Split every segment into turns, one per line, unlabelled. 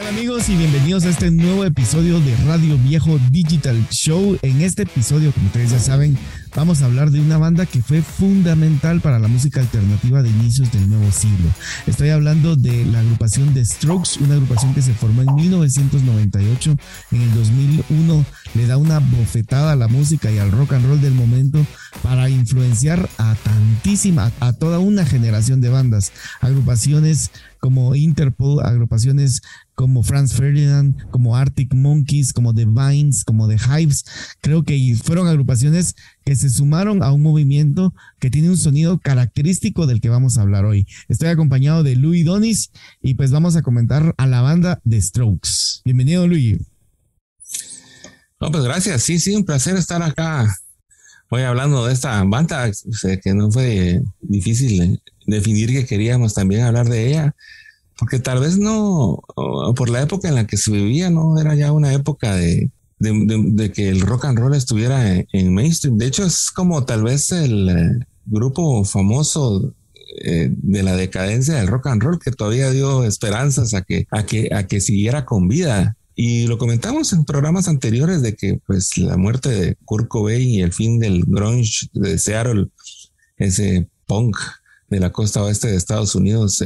Hola amigos y bienvenidos a este nuevo episodio de Radio Viejo Digital Show. En este episodio, como ustedes ya saben, vamos a hablar de una banda que fue fundamental para la música alternativa de inicios del nuevo siglo. Estoy hablando de la agrupación The Strokes, una agrupación que se formó en 1998. En el 2001 le da una bofetada a la música y al rock and roll del momento para influenciar a toda una generación de bandas. Agrupaciones como Interpol, agrupaciones como Franz Ferdinand, como Arctic Monkeys, como The Vines, como The Hives. Creo que fueron agrupaciones que se sumaron a un movimiento que tiene un sonido característico del que vamos a hablar hoy. Estoy acompañado de Louis Donis y pues vamos a comentar a la banda The Strokes. Bienvenido, Louis.
No, pues gracias. Sí, un placer estar acá. Hoy hablando de esta banda, que no fue difícil definir que queríamos también hablar de ella, porque tal vez no, por la época en la que se vivía, no era ya una época de que el rock and roll estuviera en mainstream. De hecho, es como tal vez el grupo famoso de la decadencia del rock and roll que todavía dio esperanzas a que siguiera con vida. Y lo comentamos en programas anteriores de que pues la muerte de Kurt Cobain y el fin del grunge de Seattle, ese punk de la costa oeste de Estados Unidos,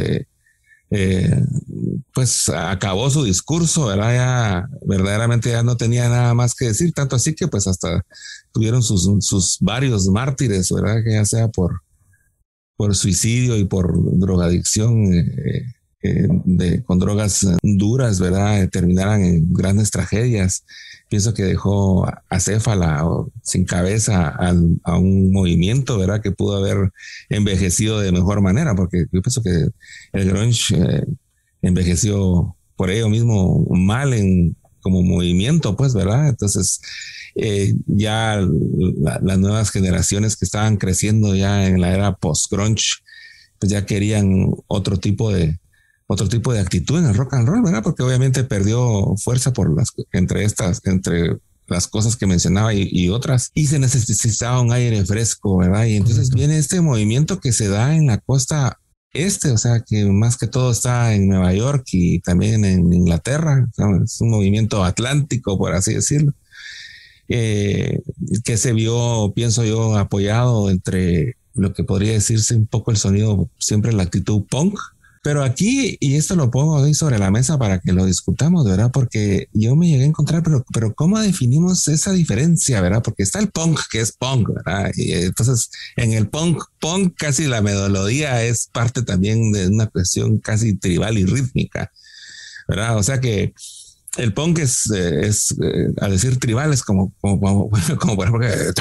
pues acabó su discurso, ¿verdad? Ya verdaderamente ya no tenía nada más que decir, tanto así que pues hasta tuvieron sus varios mártires, ¿verdad? Que ya sea por suicidio y por drogadicción, con drogas duras, ¿verdad? Terminaran en grandes tragedias. Pienso que dejó acéfala o sin cabeza a un movimiento, ¿verdad? Que pudo haber envejecido de mejor manera, porque yo pienso que el grunge envejeció por ello mismo mal como movimiento, pues, ¿verdad? Entonces, ya las nuevas generaciones que estaban creciendo ya en la era post-grunge, pues ya querían otro tipo de actitud en el rock and roll, ¿verdad? Porque obviamente perdió fuerza entre las cosas que mencionaba y otras, y se necesitaba un aire fresco, ¿verdad? Y entonces viene este movimiento que se da en la costa este, o sea, que más que todo está en Nueva York y también en Inglaterra, ¿sabes? Es un movimiento atlántico, por así decirlo, que se vio, pienso yo, apoyado entre lo que podría decirse un poco el sonido, siempre la actitud punk. Pero aquí, y esto lo pongo ahí sobre la mesa para que lo discutamos, ¿verdad? Porque yo me llegué a encontrar, pero ¿cómo definimos esa diferencia, verdad? Porque está el punk, que es punk, ¿verdad? Y entonces, en el punk casi la melodía es parte también de una cuestión casi tribal y rítmica, ¿verdad? O sea que el punk es a decir tribal, es como por ejemplo,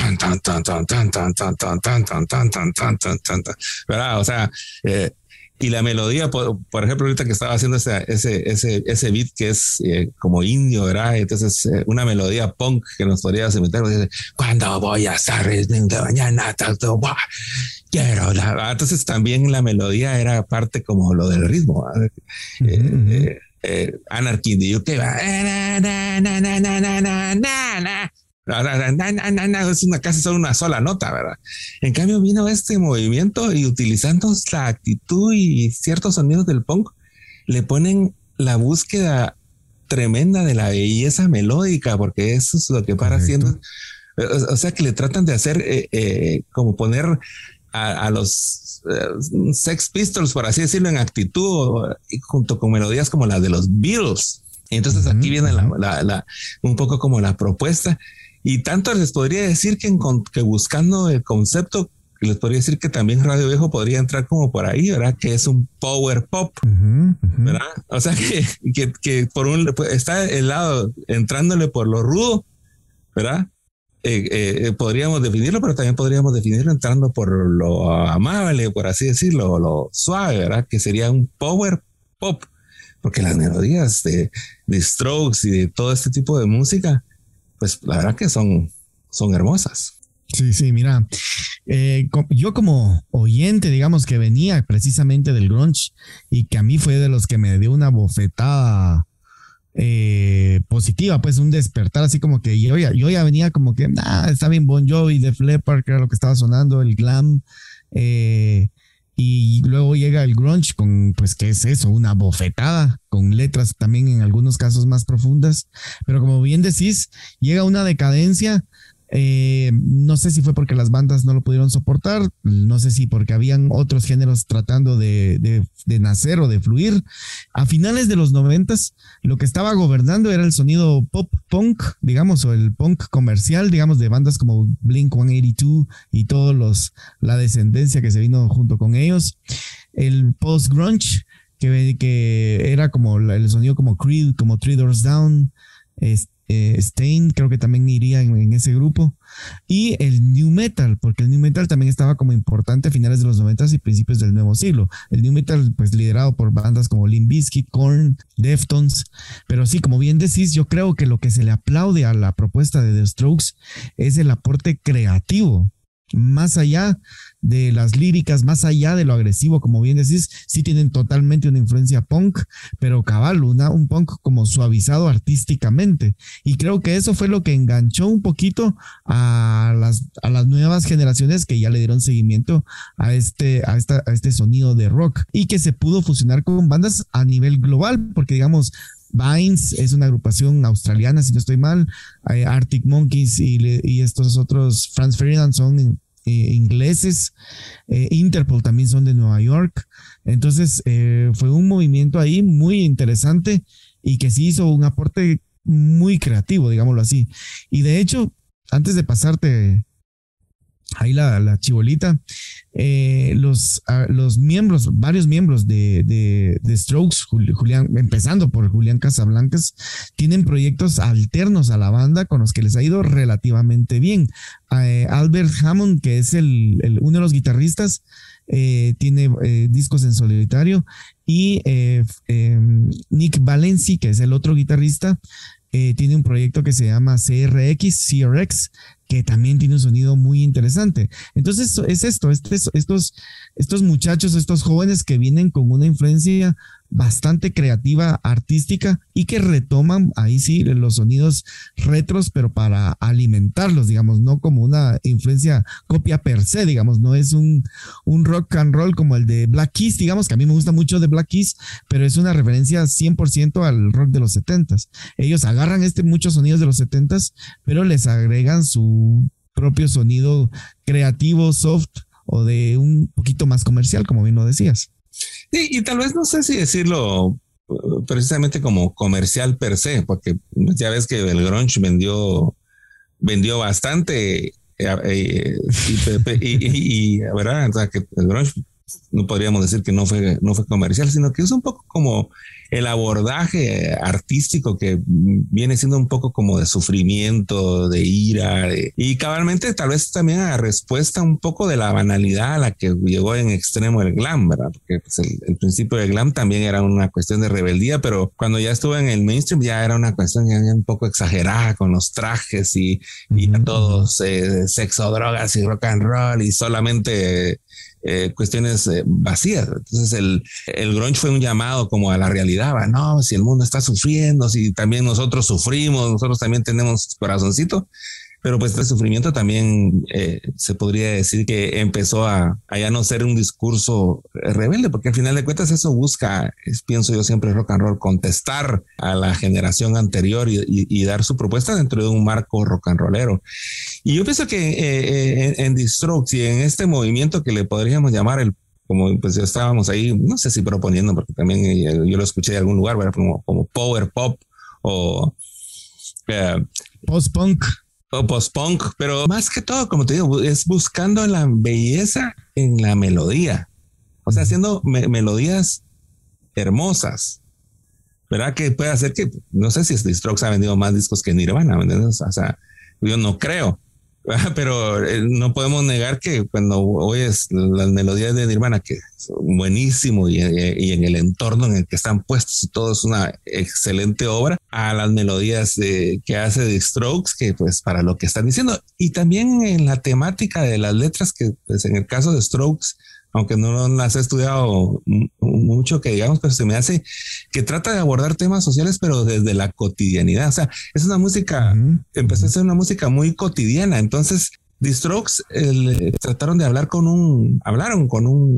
¿verdad? O sea, y la melodía, por ejemplo, ahorita que estaba haciendo ese beat que es como indio, ¿verdad? Entonces, una melodía punk que nos podría imitar, dice, cuando voy a estar de mañana, quiero la. Entonces, también la melodía era parte como lo del ritmo, Anarchy in the UK, es casi solo una sola nota, ¿verdad? En cambio vino este movimiento y utilizando la actitud y ciertos sonidos del punk, le ponen la búsqueda tremenda de la belleza melódica, porque eso es lo que para haciendo. O sea que le tratan de hacer como poner a los Sex Pistols, por así decirlo, en actitud, junto con melodías como las de los Beatles. Entonces aquí viene un poco como la propuesta. Y tanto les podría decir que buscando el concepto, les podría decir que también Radio Viejo podría entrar como por ahí, ¿verdad? Que es un power pop, ¿verdad? O sea que pues está el lado entrándole por lo rudo, ¿verdad? Podríamos definirlo, pero también podríamos definirlo entrando por lo amable, por así decirlo, lo suave, ¿verdad? Que sería un power pop, porque las melodías de Strokes y de todo este tipo de música, pues la verdad que son hermosas.
Sí, mira, yo como oyente, digamos que venía precisamente del grunge y que a mí fue de los que me dio una bofetada positiva, pues un despertar, así como que yo ya venía como que, está bien Bon Jovi, Def Leppard, que era lo que estaba sonando, el glam, Y luego llega el grunge con, pues, ¿qué es eso? Una bofetada, con letras también en algunos casos más profundas. Pero como bien decís, llega una decadencia. No sé si fue porque las bandas no lo pudieron soportar, no sé si porque habían otros géneros tratando de nacer o de fluir. A finales de los 90s, lo que estaba gobernando era el sonido pop punk, digamos, o el punk comercial, digamos, de bandas como Blink-182 y la descendencia que se vino junto con ellos. El post-grunge, que era como el sonido como Creed, como Three Doors Down, Stain, creo que también iría en ese grupo, y el new metal, porque el new metal también estaba como importante a finales de los 90s y principios del nuevo siglo. El new metal, pues, liderado por bandas como Limp Bizkit, Korn, Deftones. Pero sí, como bien decís, yo creo que lo que se le aplaude a la propuesta de The Strokes es el aporte creativo. Más allá de las líricas, más allá de lo agresivo, como bien decís, sí tienen totalmente una influencia punk, pero cabal, un punk como suavizado artísticamente. Y creo que eso fue lo que enganchó un poquito a las nuevas generaciones que ya le dieron seguimiento a este sonido de rock, y que se pudo fusionar con bandas a nivel global, porque digamos, Vines es una agrupación australiana, si no estoy mal. Arctic Monkeys y estos otros, Franz Ferdinand, son ingleses. Interpol también son de Nueva York. Entonces fue un movimiento ahí muy interesante y que sí hizo un aporte muy creativo, digámoslo así. Y de hecho, antes de pasarte ahí la chibolita, los miembros, varios miembros de Strokes, Julián, empezando por Julián Casablancas, tienen proyectos alternos a la banda con los que les ha ido relativamente bien. Albert Hammond, que es uno de los guitarristas, tiene discos en solitario, y Nick Valenci, que es el otro guitarrista, tiene un proyecto que se llama CRX, que también tiene un sonido muy interesante. Entonces es estos muchachos, estos jóvenes que vienen con una influencia bastante creativa, artística, y que retoman ahí sí los sonidos retros, pero para alimentarlos, digamos, no como una influencia copia per se, digamos, no es un rock and roll como el de Black Keys, digamos, que a mí me gusta mucho de Black Keys, pero es una referencia 100% al rock de los 70s. Ellos agarran muchos sonidos de los 70s, pero les agregan su propio sonido creativo, soft, o de un poquito más comercial, como bien lo decías.
Sí, y tal vez no sé si decirlo precisamente como comercial per se, porque ya ves que el grunge vendió bastante, y ¿verdad? O sea, que el grunge no podríamos decir que no fue comercial, sino que es un poco como el abordaje artístico que viene siendo un poco como de sufrimiento, de ira, y cabalmente tal vez también a respuesta un poco de la banalidad a la que llegó en extremo el glam, ¿verdad? Porque pues, el principio del glam también era una cuestión de rebeldía, pero cuando ya estuvo en el mainstream ya era una cuestión ya un poco exagerada con los trajes y a todos sexo, drogas y rock and roll y solamente cuestiones vacías. Entonces el grunge fue un llamado como a la realidad, ¿va? No, si el mundo está sufriendo, si también nosotros sufrimos, nosotros también tenemos corazoncito, pero pues el sufrimiento también se podría decir que empezó a ya no ser un discurso rebelde, porque al final de cuentas eso busca, pienso yo siempre, rock and roll, contestar a la generación anterior y dar su propuesta dentro de un marco rock and rollero. Y yo pienso que en The Strokes y en este movimiento que le podríamos llamar como pues estábamos ahí, no sé si proponiendo, porque también yo lo escuché de algún lugar, ¿verdad? Como power pop o
post-punk.
O post-punk, pero más que todo, como te digo, es buscando la belleza en la melodía. O sea, haciendo melodías hermosas, ¿verdad? Que puede hacer que, no sé si The Strokes ha vendido más discos que Nirvana, ¿entiendes? O sea, yo no creo. Pero no podemos negar que cuando oyes las melodías de Nirvana, que son buenísimo, y en el entorno en el que están puestos y todo, es una excelente obra, a las melodías que hace The Strokes, que pues para lo que están diciendo, y también en la temática de las letras, que pues en el caso de Strokes, aunque no las he estudiado mucho, que digamos, pero se me hace que trata de abordar temas sociales, pero desde la cotidianidad. O sea, es una música, empezó a ser una música muy cotidiana. Entonces, The Strokes trataron de hablaron con un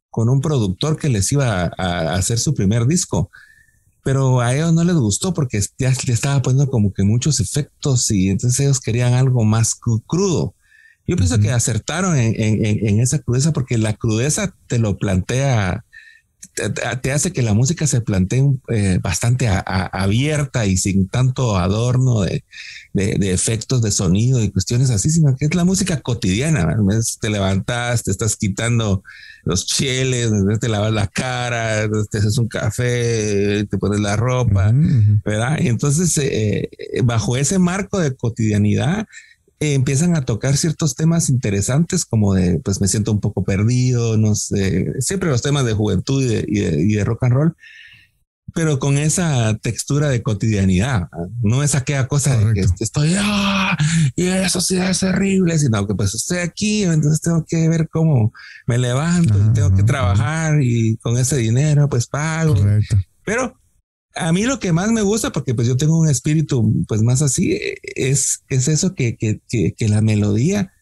con un productor que les iba a hacer su primer disco, pero a ellos no les gustó porque ya le estaba poniendo como que muchos efectos y entonces ellos querían algo más crudo. Yo pienso que acertaron en esa crudeza, porque la crudeza te lo plantea, te hace que la música se plantee bastante abierta y sin tanto adorno de efectos de sonido y cuestiones así, sino que es la música cotidiana. Te levantas, te estás quitando los chieles, te lavas la cara, te haces un café, te pones la ropa, ¿verdad? Y entonces, bajo ese marco de cotidianidad, empiezan a tocar ciertos temas interesantes, como de, pues me siento un poco perdido, no sé, siempre los temas de juventud y de rock and roll, pero con esa textura de cotidianidad. No es aquella cosa de que estoy, y la sociedad es terrible, sino que pues estoy aquí, entonces tengo que ver cómo me levanto, y tengo que trabajar y con ese dinero pues pago. Correcto. Pero a mí lo que más me gusta, porque pues yo tengo un espíritu pues más así, es eso que la melodía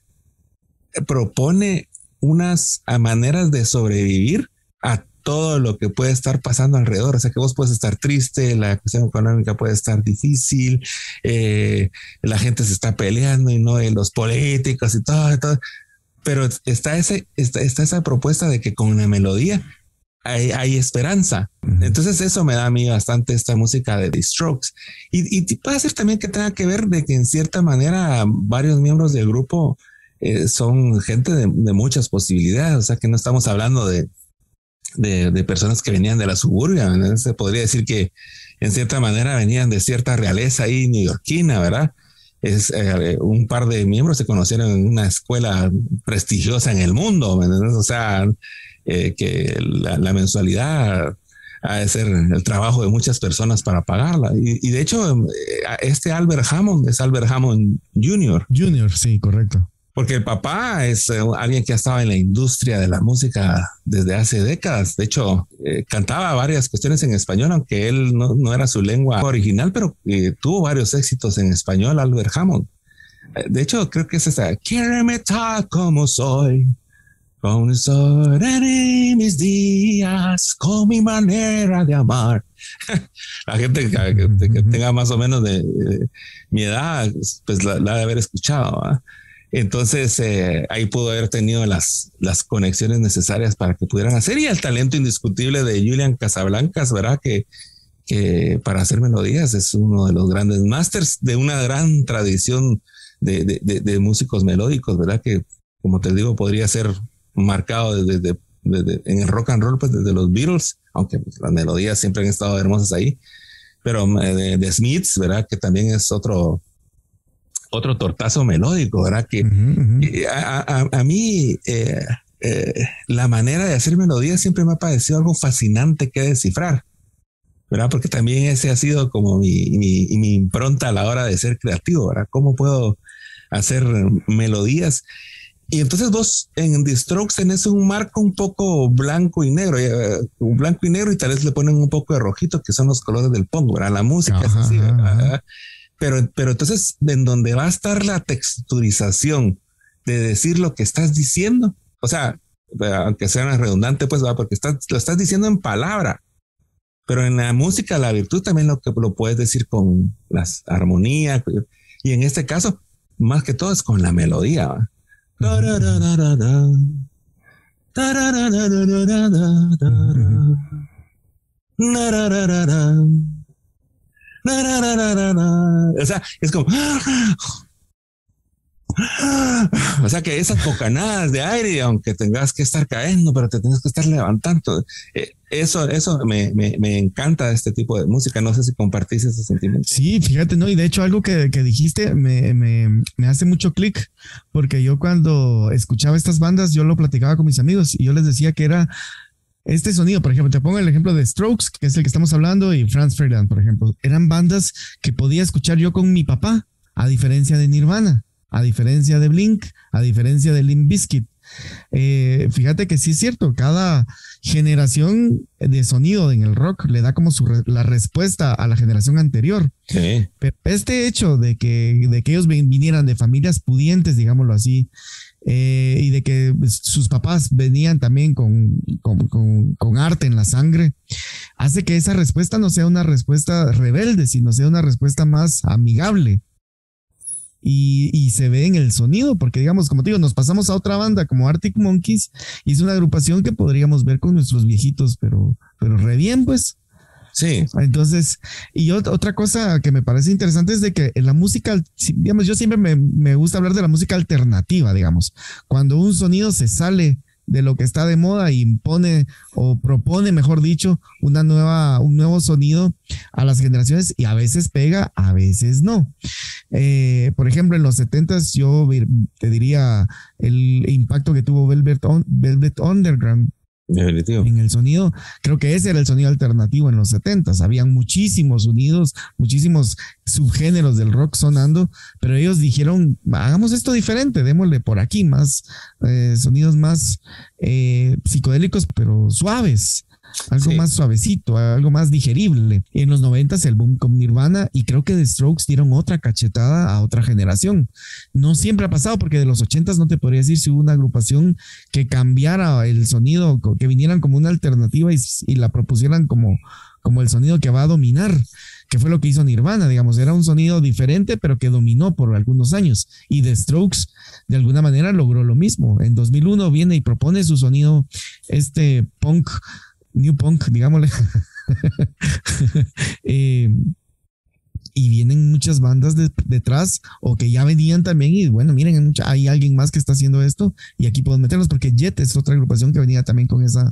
propone unas maneras de sobrevivir a todo lo que puede estar pasando alrededor. O sea, que vos puedes estar triste, la cuestión económica puede estar difícil, la gente se está peleando y no, los políticos y todo, pero está esa propuesta de que con la melodía hay esperanza. Entonces eso me da a mí bastante esta música de The Strokes, y puede ser también que tenga que ver de que en cierta manera varios miembros del grupo son gente de muchas posibilidades. O sea, que no estamos hablando de personas que venían de la suburbia, ¿verdad? Se podría decir que en cierta manera venían de cierta realeza ahí neoyorquina, ¿verdad? Un par de miembros se conocieron en una escuela prestigiosa en el mundo, ¿verdad? O sea, que la mensualidad ha de ser el trabajo de muchas personas para pagarla. Y de hecho, este Albert Hammond es Albert Hammond Jr.
Jr., sí, correcto.
Porque el papá es alguien que ha estado en la industria de la música desde hace décadas. De hecho, cantaba varias cuestiones en español, aunque él no era su lengua original, pero tuvo varios éxitos en español, Albert Hammond. De hecho, creo que es esa: quiéreme tal como soy, con el sol en mis días, con mi manera de amar. La gente que tenga más o menos de mi edad, pues la ha de haber escuchado, ¿verdad? Entonces ahí pudo haber tenido las conexiones necesarias para que pudieran hacer, y el talento indiscutible de Julian Casablancas, ¿verdad? Que para hacer melodías es uno de los grandes másters de una gran tradición de músicos melódicos, ¿verdad? Que, como te digo, podría ser marcado desde en el rock and roll, pues desde los Beatles, aunque pues, las melodías siempre han estado hermosas ahí, pero de Smiths, ¿verdad? Que también es otro tortazo melódico, ¿verdad? Que a mí la manera de hacer melodías siempre me ha parecido algo fascinante que descifrar, ¿verdad? Porque también ese ha sido como mi impronta a la hora de ser creativo, ¿verdad? ¿Cómo puedo hacer melodías? Y entonces vos en The Strokes tenés un marco un poco blanco y negro, y tal vez le ponen un poco de rojito, que son los colores del punk, ¿verdad? La música es así, ¿verdad? Pero entonces, en donde va a estar la texturización de decir lo que estás diciendo, o sea, aunque sea redundante, pues va, porque lo estás diciendo en palabra, pero en la música la virtud también lo puedes decir con las armonías, y en este caso, más que todo es con la melodía, ¿va? O sea, es como, o sea, que esas bocanadas de aire, aunque tengas que estar cayendo, pero te tienes que estar levantando. Eso me encanta este tipo de música. No sé si compartís ese sentimiento.
Sí, fíjate, ¿no? Y de hecho algo que dijiste me hace mucho clic, porque yo cuando escuchaba estas bandas, yo lo platicaba con mis amigos y yo les decía que era este sonido. Por ejemplo, te pongo el ejemplo de Strokes, que es el que estamos hablando, y Franz Ferdinand, por ejemplo. Eran bandas que podía escuchar yo con mi papá, a diferencia de Nirvana, a diferencia de Blink, a diferencia de Limp Bizkit. Fíjate que sí es cierto, cada generación de sonido en el rock le da como la respuesta a la generación anterior.
Sí.
Pero este hecho de que ellos vinieran de familias pudientes, digámoslo así, y de que sus papás venían también con arte en la sangre, hace que esa respuesta no sea una respuesta rebelde, sino sea una respuesta más amigable. Y se ve en el sonido, porque digamos, como te digo, nos pasamos a otra banda como Arctic Monkeys y es una agrupación que podríamos ver con nuestros viejitos, pero re bien, pues.
Sí.
Entonces, y otra cosa que me parece interesante es de que en la música, digamos, yo siempre me gusta hablar de la música alternativa, digamos, cuando un sonido se sale de lo que está de moda y impone o propone, mejor dicho, un nuevo sonido a las generaciones y a veces pega, a veces no. Por ejemplo, en los 70s yo te diría el impacto que tuvo Velvet Underground.
Definitivo.
En el sonido, creo que ese era el sonido alternativo en los 70s. Habían muchísimos sonidos, muchísimos subgéneros del rock sonando, pero ellos dijeron, hagamos esto diferente, démosle por aquí más sonidos más psicodélicos, pero suaves. Algo más suavecito, algo más digerible. Y en los 90s el boom con Nirvana y creo que The Strokes dieron otra cachetada a otra generación. No siempre ha pasado porque de los 80s no te podría decir si hubo una agrupación que cambiara el sonido, que vinieran como una alternativa y la propusieran como el sonido que va a dominar, que fue lo que hizo Nirvana, digamos, era un sonido diferente pero que dominó por algunos años y The Strokes de alguna manera logró lo mismo. En 2001 viene y propone su sonido punk, New Punk, digámosle. Y vienen muchas bandas detrás o que ya venían también y bueno, miren, hay alguien más que está haciendo esto y aquí podemos meterlos porque Jet es otra agrupación que venía también con esa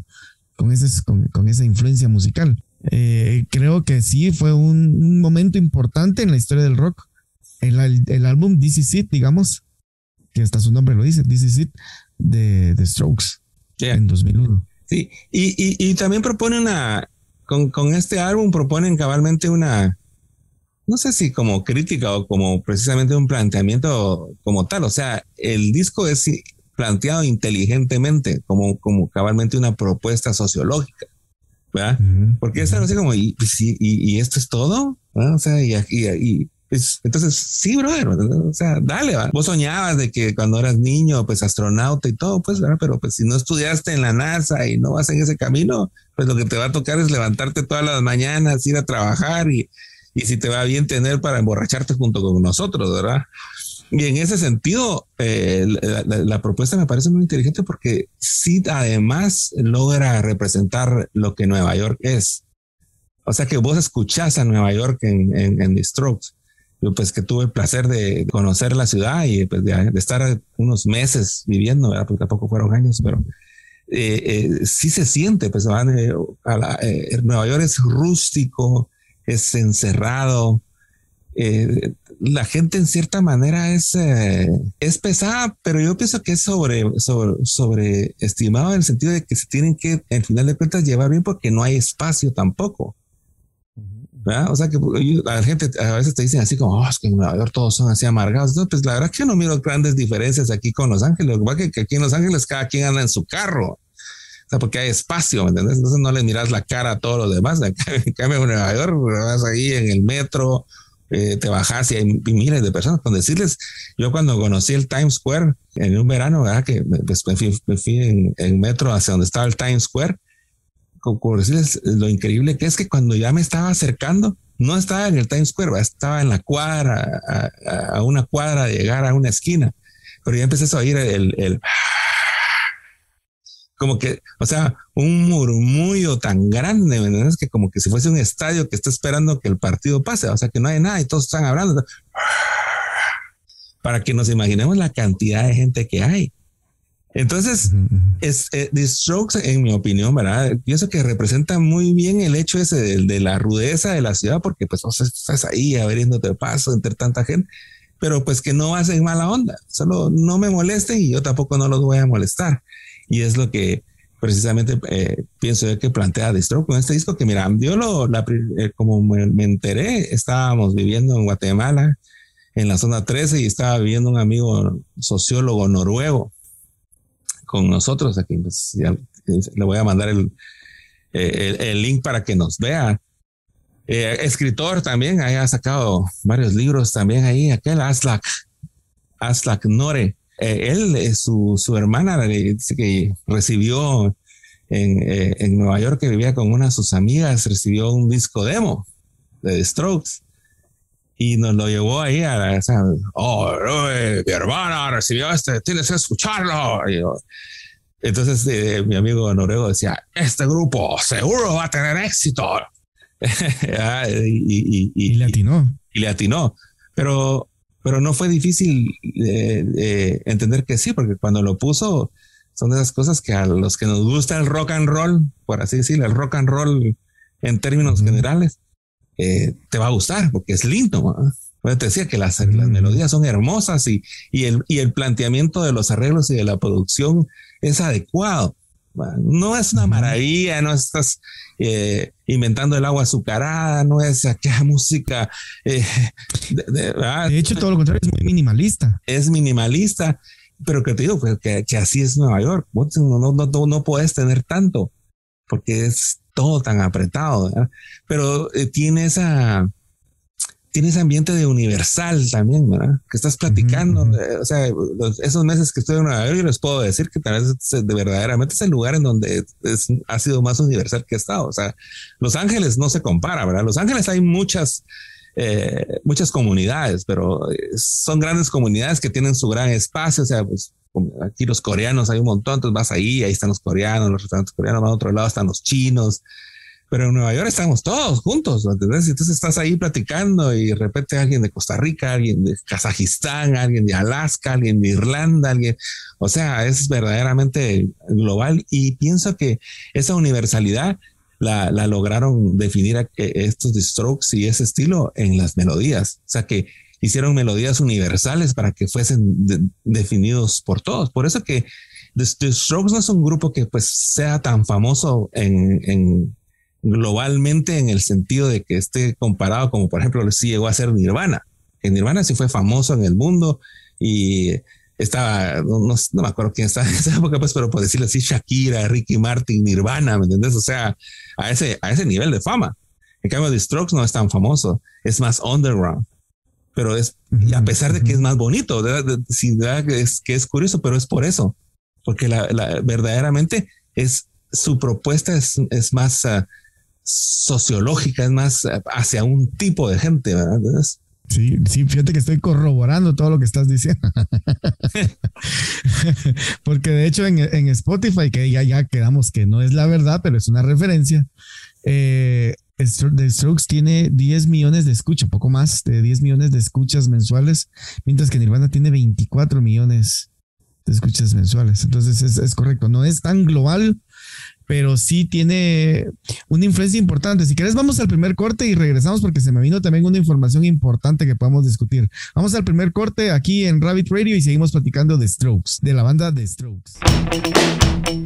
influencia musical. Creo que sí fue un momento importante en la historia del rock. El álbum This Is It, digamos, que hasta su nombre lo dice, This Is It, de The Strokes, en 2001.
Sí, y también propone con este álbum proponen cabalmente una, no sé si como crítica o como precisamente un planteamiento como tal, o sea, el disco es planteado inteligentemente como cabalmente una propuesta sociológica, ¿verdad? Porque es algo así como, y esto es todo, ¿verdad? O sea, entonces, sí, brother, o sea, dale, ¿va? Vos soñabas de que cuando eras niño, pues astronauta y todo, pues, ¿verdad? Pero pues si no estudiaste en la NASA y no vas en ese camino, pues lo que te va a tocar es levantarte todas las mañanas, ir a trabajar y si te va bien tener para emborracharte junto con nosotros, ¿verdad? Y en ese sentido, la propuesta me parece muy inteligente porque sí, además logra representar lo que Nueva York es. O sea, que vos escuchás a Nueva York en The Strokes. Yo pues que tuve el placer de conocer la ciudad y pues de estar unos meses viviendo, ¿verdad? Porque tampoco fueron años, pero sí se siente, pues Nueva York es rústico, es encerrado, la gente en cierta manera es pesada, pero yo pienso que es sobreestimado en el sentido de que se tienen que, al final de cuentas, llevar bien porque no hay espacio tampoco. ¿Verdad? O sea que la gente a veces te dicen así como, es que en Nueva York todos son así amargados. No, pues la verdad que yo no miro grandes diferencias aquí con Los Ángeles. Lo que pasa es que aquí en Los Ángeles cada quien anda en su carro. O sea, porque hay espacio, ¿me entiendes? Entonces no le miras la cara a todos los demás. En cambio, en Nueva York vas ahí en el metro, te bajas y hay miles de personas. Con decirles, yo cuando conocí el Times Square en un verano, ¿verdad? Que me fui en metro hacia donde estaba el Times Square. Por decirles lo increíble que es que cuando ya me estaba acercando, no estaba en el Times Square, estaba en la cuadra, a una cuadra de llegar a una esquina, pero ya empecé a oír el como que, o sea, un murmullo tan grande, ¿me entiendes? Que como que si fuese un estadio que está esperando que el partido pase, o sea, que no hay nada y todos están hablando, para que nos imaginemos la cantidad de gente que hay. Entonces, The Strokes, en mi opinión, ¿verdad? Pienso que representa muy bien el hecho ese de la rudeza de la ciudad, porque pues estás ahí abriéndote paso entre tanta gente, pero pues que no hacen mala onda, solo no me molesten y yo tampoco no los voy a molestar. Y es lo que precisamente pienso yo que plantea The Strokes con este disco, que mira, yo como me enteré, estábamos viviendo en Guatemala, en la zona 13, y estaba viviendo un amigo sociólogo noruego con nosotros aquí, pues ya le voy a mandar el link para que nos vea. Escritor también, ha sacado varios libros también ahí, aquel Aslak Nore, su hermana dice que recibió en Nueva York, que vivía con una de sus amigas, recibió un disco demo de The Strokes y nos lo llevó ahí o sea, mi hermana recibió tienes que escucharlo. Entonces mi amigo noruego decía, este grupo seguro va a tener éxito.
Y le atinó.
Y le atinó. Pero no fue difícil entender que sí, porque cuando lo puso, son de esas cosas que a los que nos gusta el rock and roll, por así decirlo, el rock and roll en términos generales, te va a gustar porque es lindo, ¿no? Yo te decía que las melodías son hermosas y el planteamiento de los arreglos y de la producción es adecuado. No es una maravilla, no estás inventando el agua azucarada, no es aquella música.
De hecho, todo lo contrario, es muy minimalista.
Es minimalista, pero que te digo que así es Nueva York. No puedes tener tanto porque es todo tan apretado, ¿verdad? Pero tiene ese ambiente de universal también, ¿verdad? Que estás platicando. O sea, esos meses que estoy en Nueva York, yo les puedo decir que tal vez verdaderamente es el lugar en donde ha sido más universal que he estado. O sea, Los Ángeles no se compara, ¿verdad? Los Ángeles hay muchas comunidades, pero son grandes comunidades que tienen su gran espacio. O sea, pues aquí los coreanos hay un montón, entonces vas ahí están los coreanos, los restaurantes coreanos, a otro lado están los chinos. Pero en Nueva York estamos todos juntos, ¿entendés? Entonces estás ahí platicando y de repente alguien de Costa Rica, alguien de Kazajistán, alguien de Alaska, alguien de Irlanda, o sea, es verdaderamente global y pienso que esa universalidad la lograron definir estos The Strokes y ese estilo en las melodías. O sea, que hicieron melodías universales para que fuesen definidos por todos. Por eso que The Strokes no es un grupo que pues sea tan famoso globalmente en el sentido de que esté comparado como por ejemplo sí llegó a ser Nirvana. Que Nirvana sí fue famoso en el mundo y estaba, no me acuerdo quién estaba en esa época, pues, pero por decirlo así, Shakira, Ricky Martin, Nirvana, ¿me entiendes? O sea, a ese nivel de fama. En cambio, The Strokes no es tan famoso, es más underground, pero y a pesar de que es más bonito, sí, que es curioso, pero es por eso, porque verdaderamente su propuesta es más sociológica, es más hacia un tipo de gente, ¿verdad? Entonces,
sí, fíjate que estoy corroborando todo lo que estás diciendo. Porque de hecho en Spotify, que ya quedamos que no es la verdad, pero es una referencia, The Strokes tiene 10 millones de escuchas, poco más de 10 millones de escuchas mensuales, mientras que Nirvana tiene 24 millones de escuchas mensuales. Entonces es correcto, no es tan global, pero sí tiene una influencia importante. Si querés, vamos al primer corte y regresamos porque se me vino también una información importante que podamos discutir. Vamos al primer corte aquí en Rabbit Radio y seguimos platicando de Strokes, de la banda The Strokes.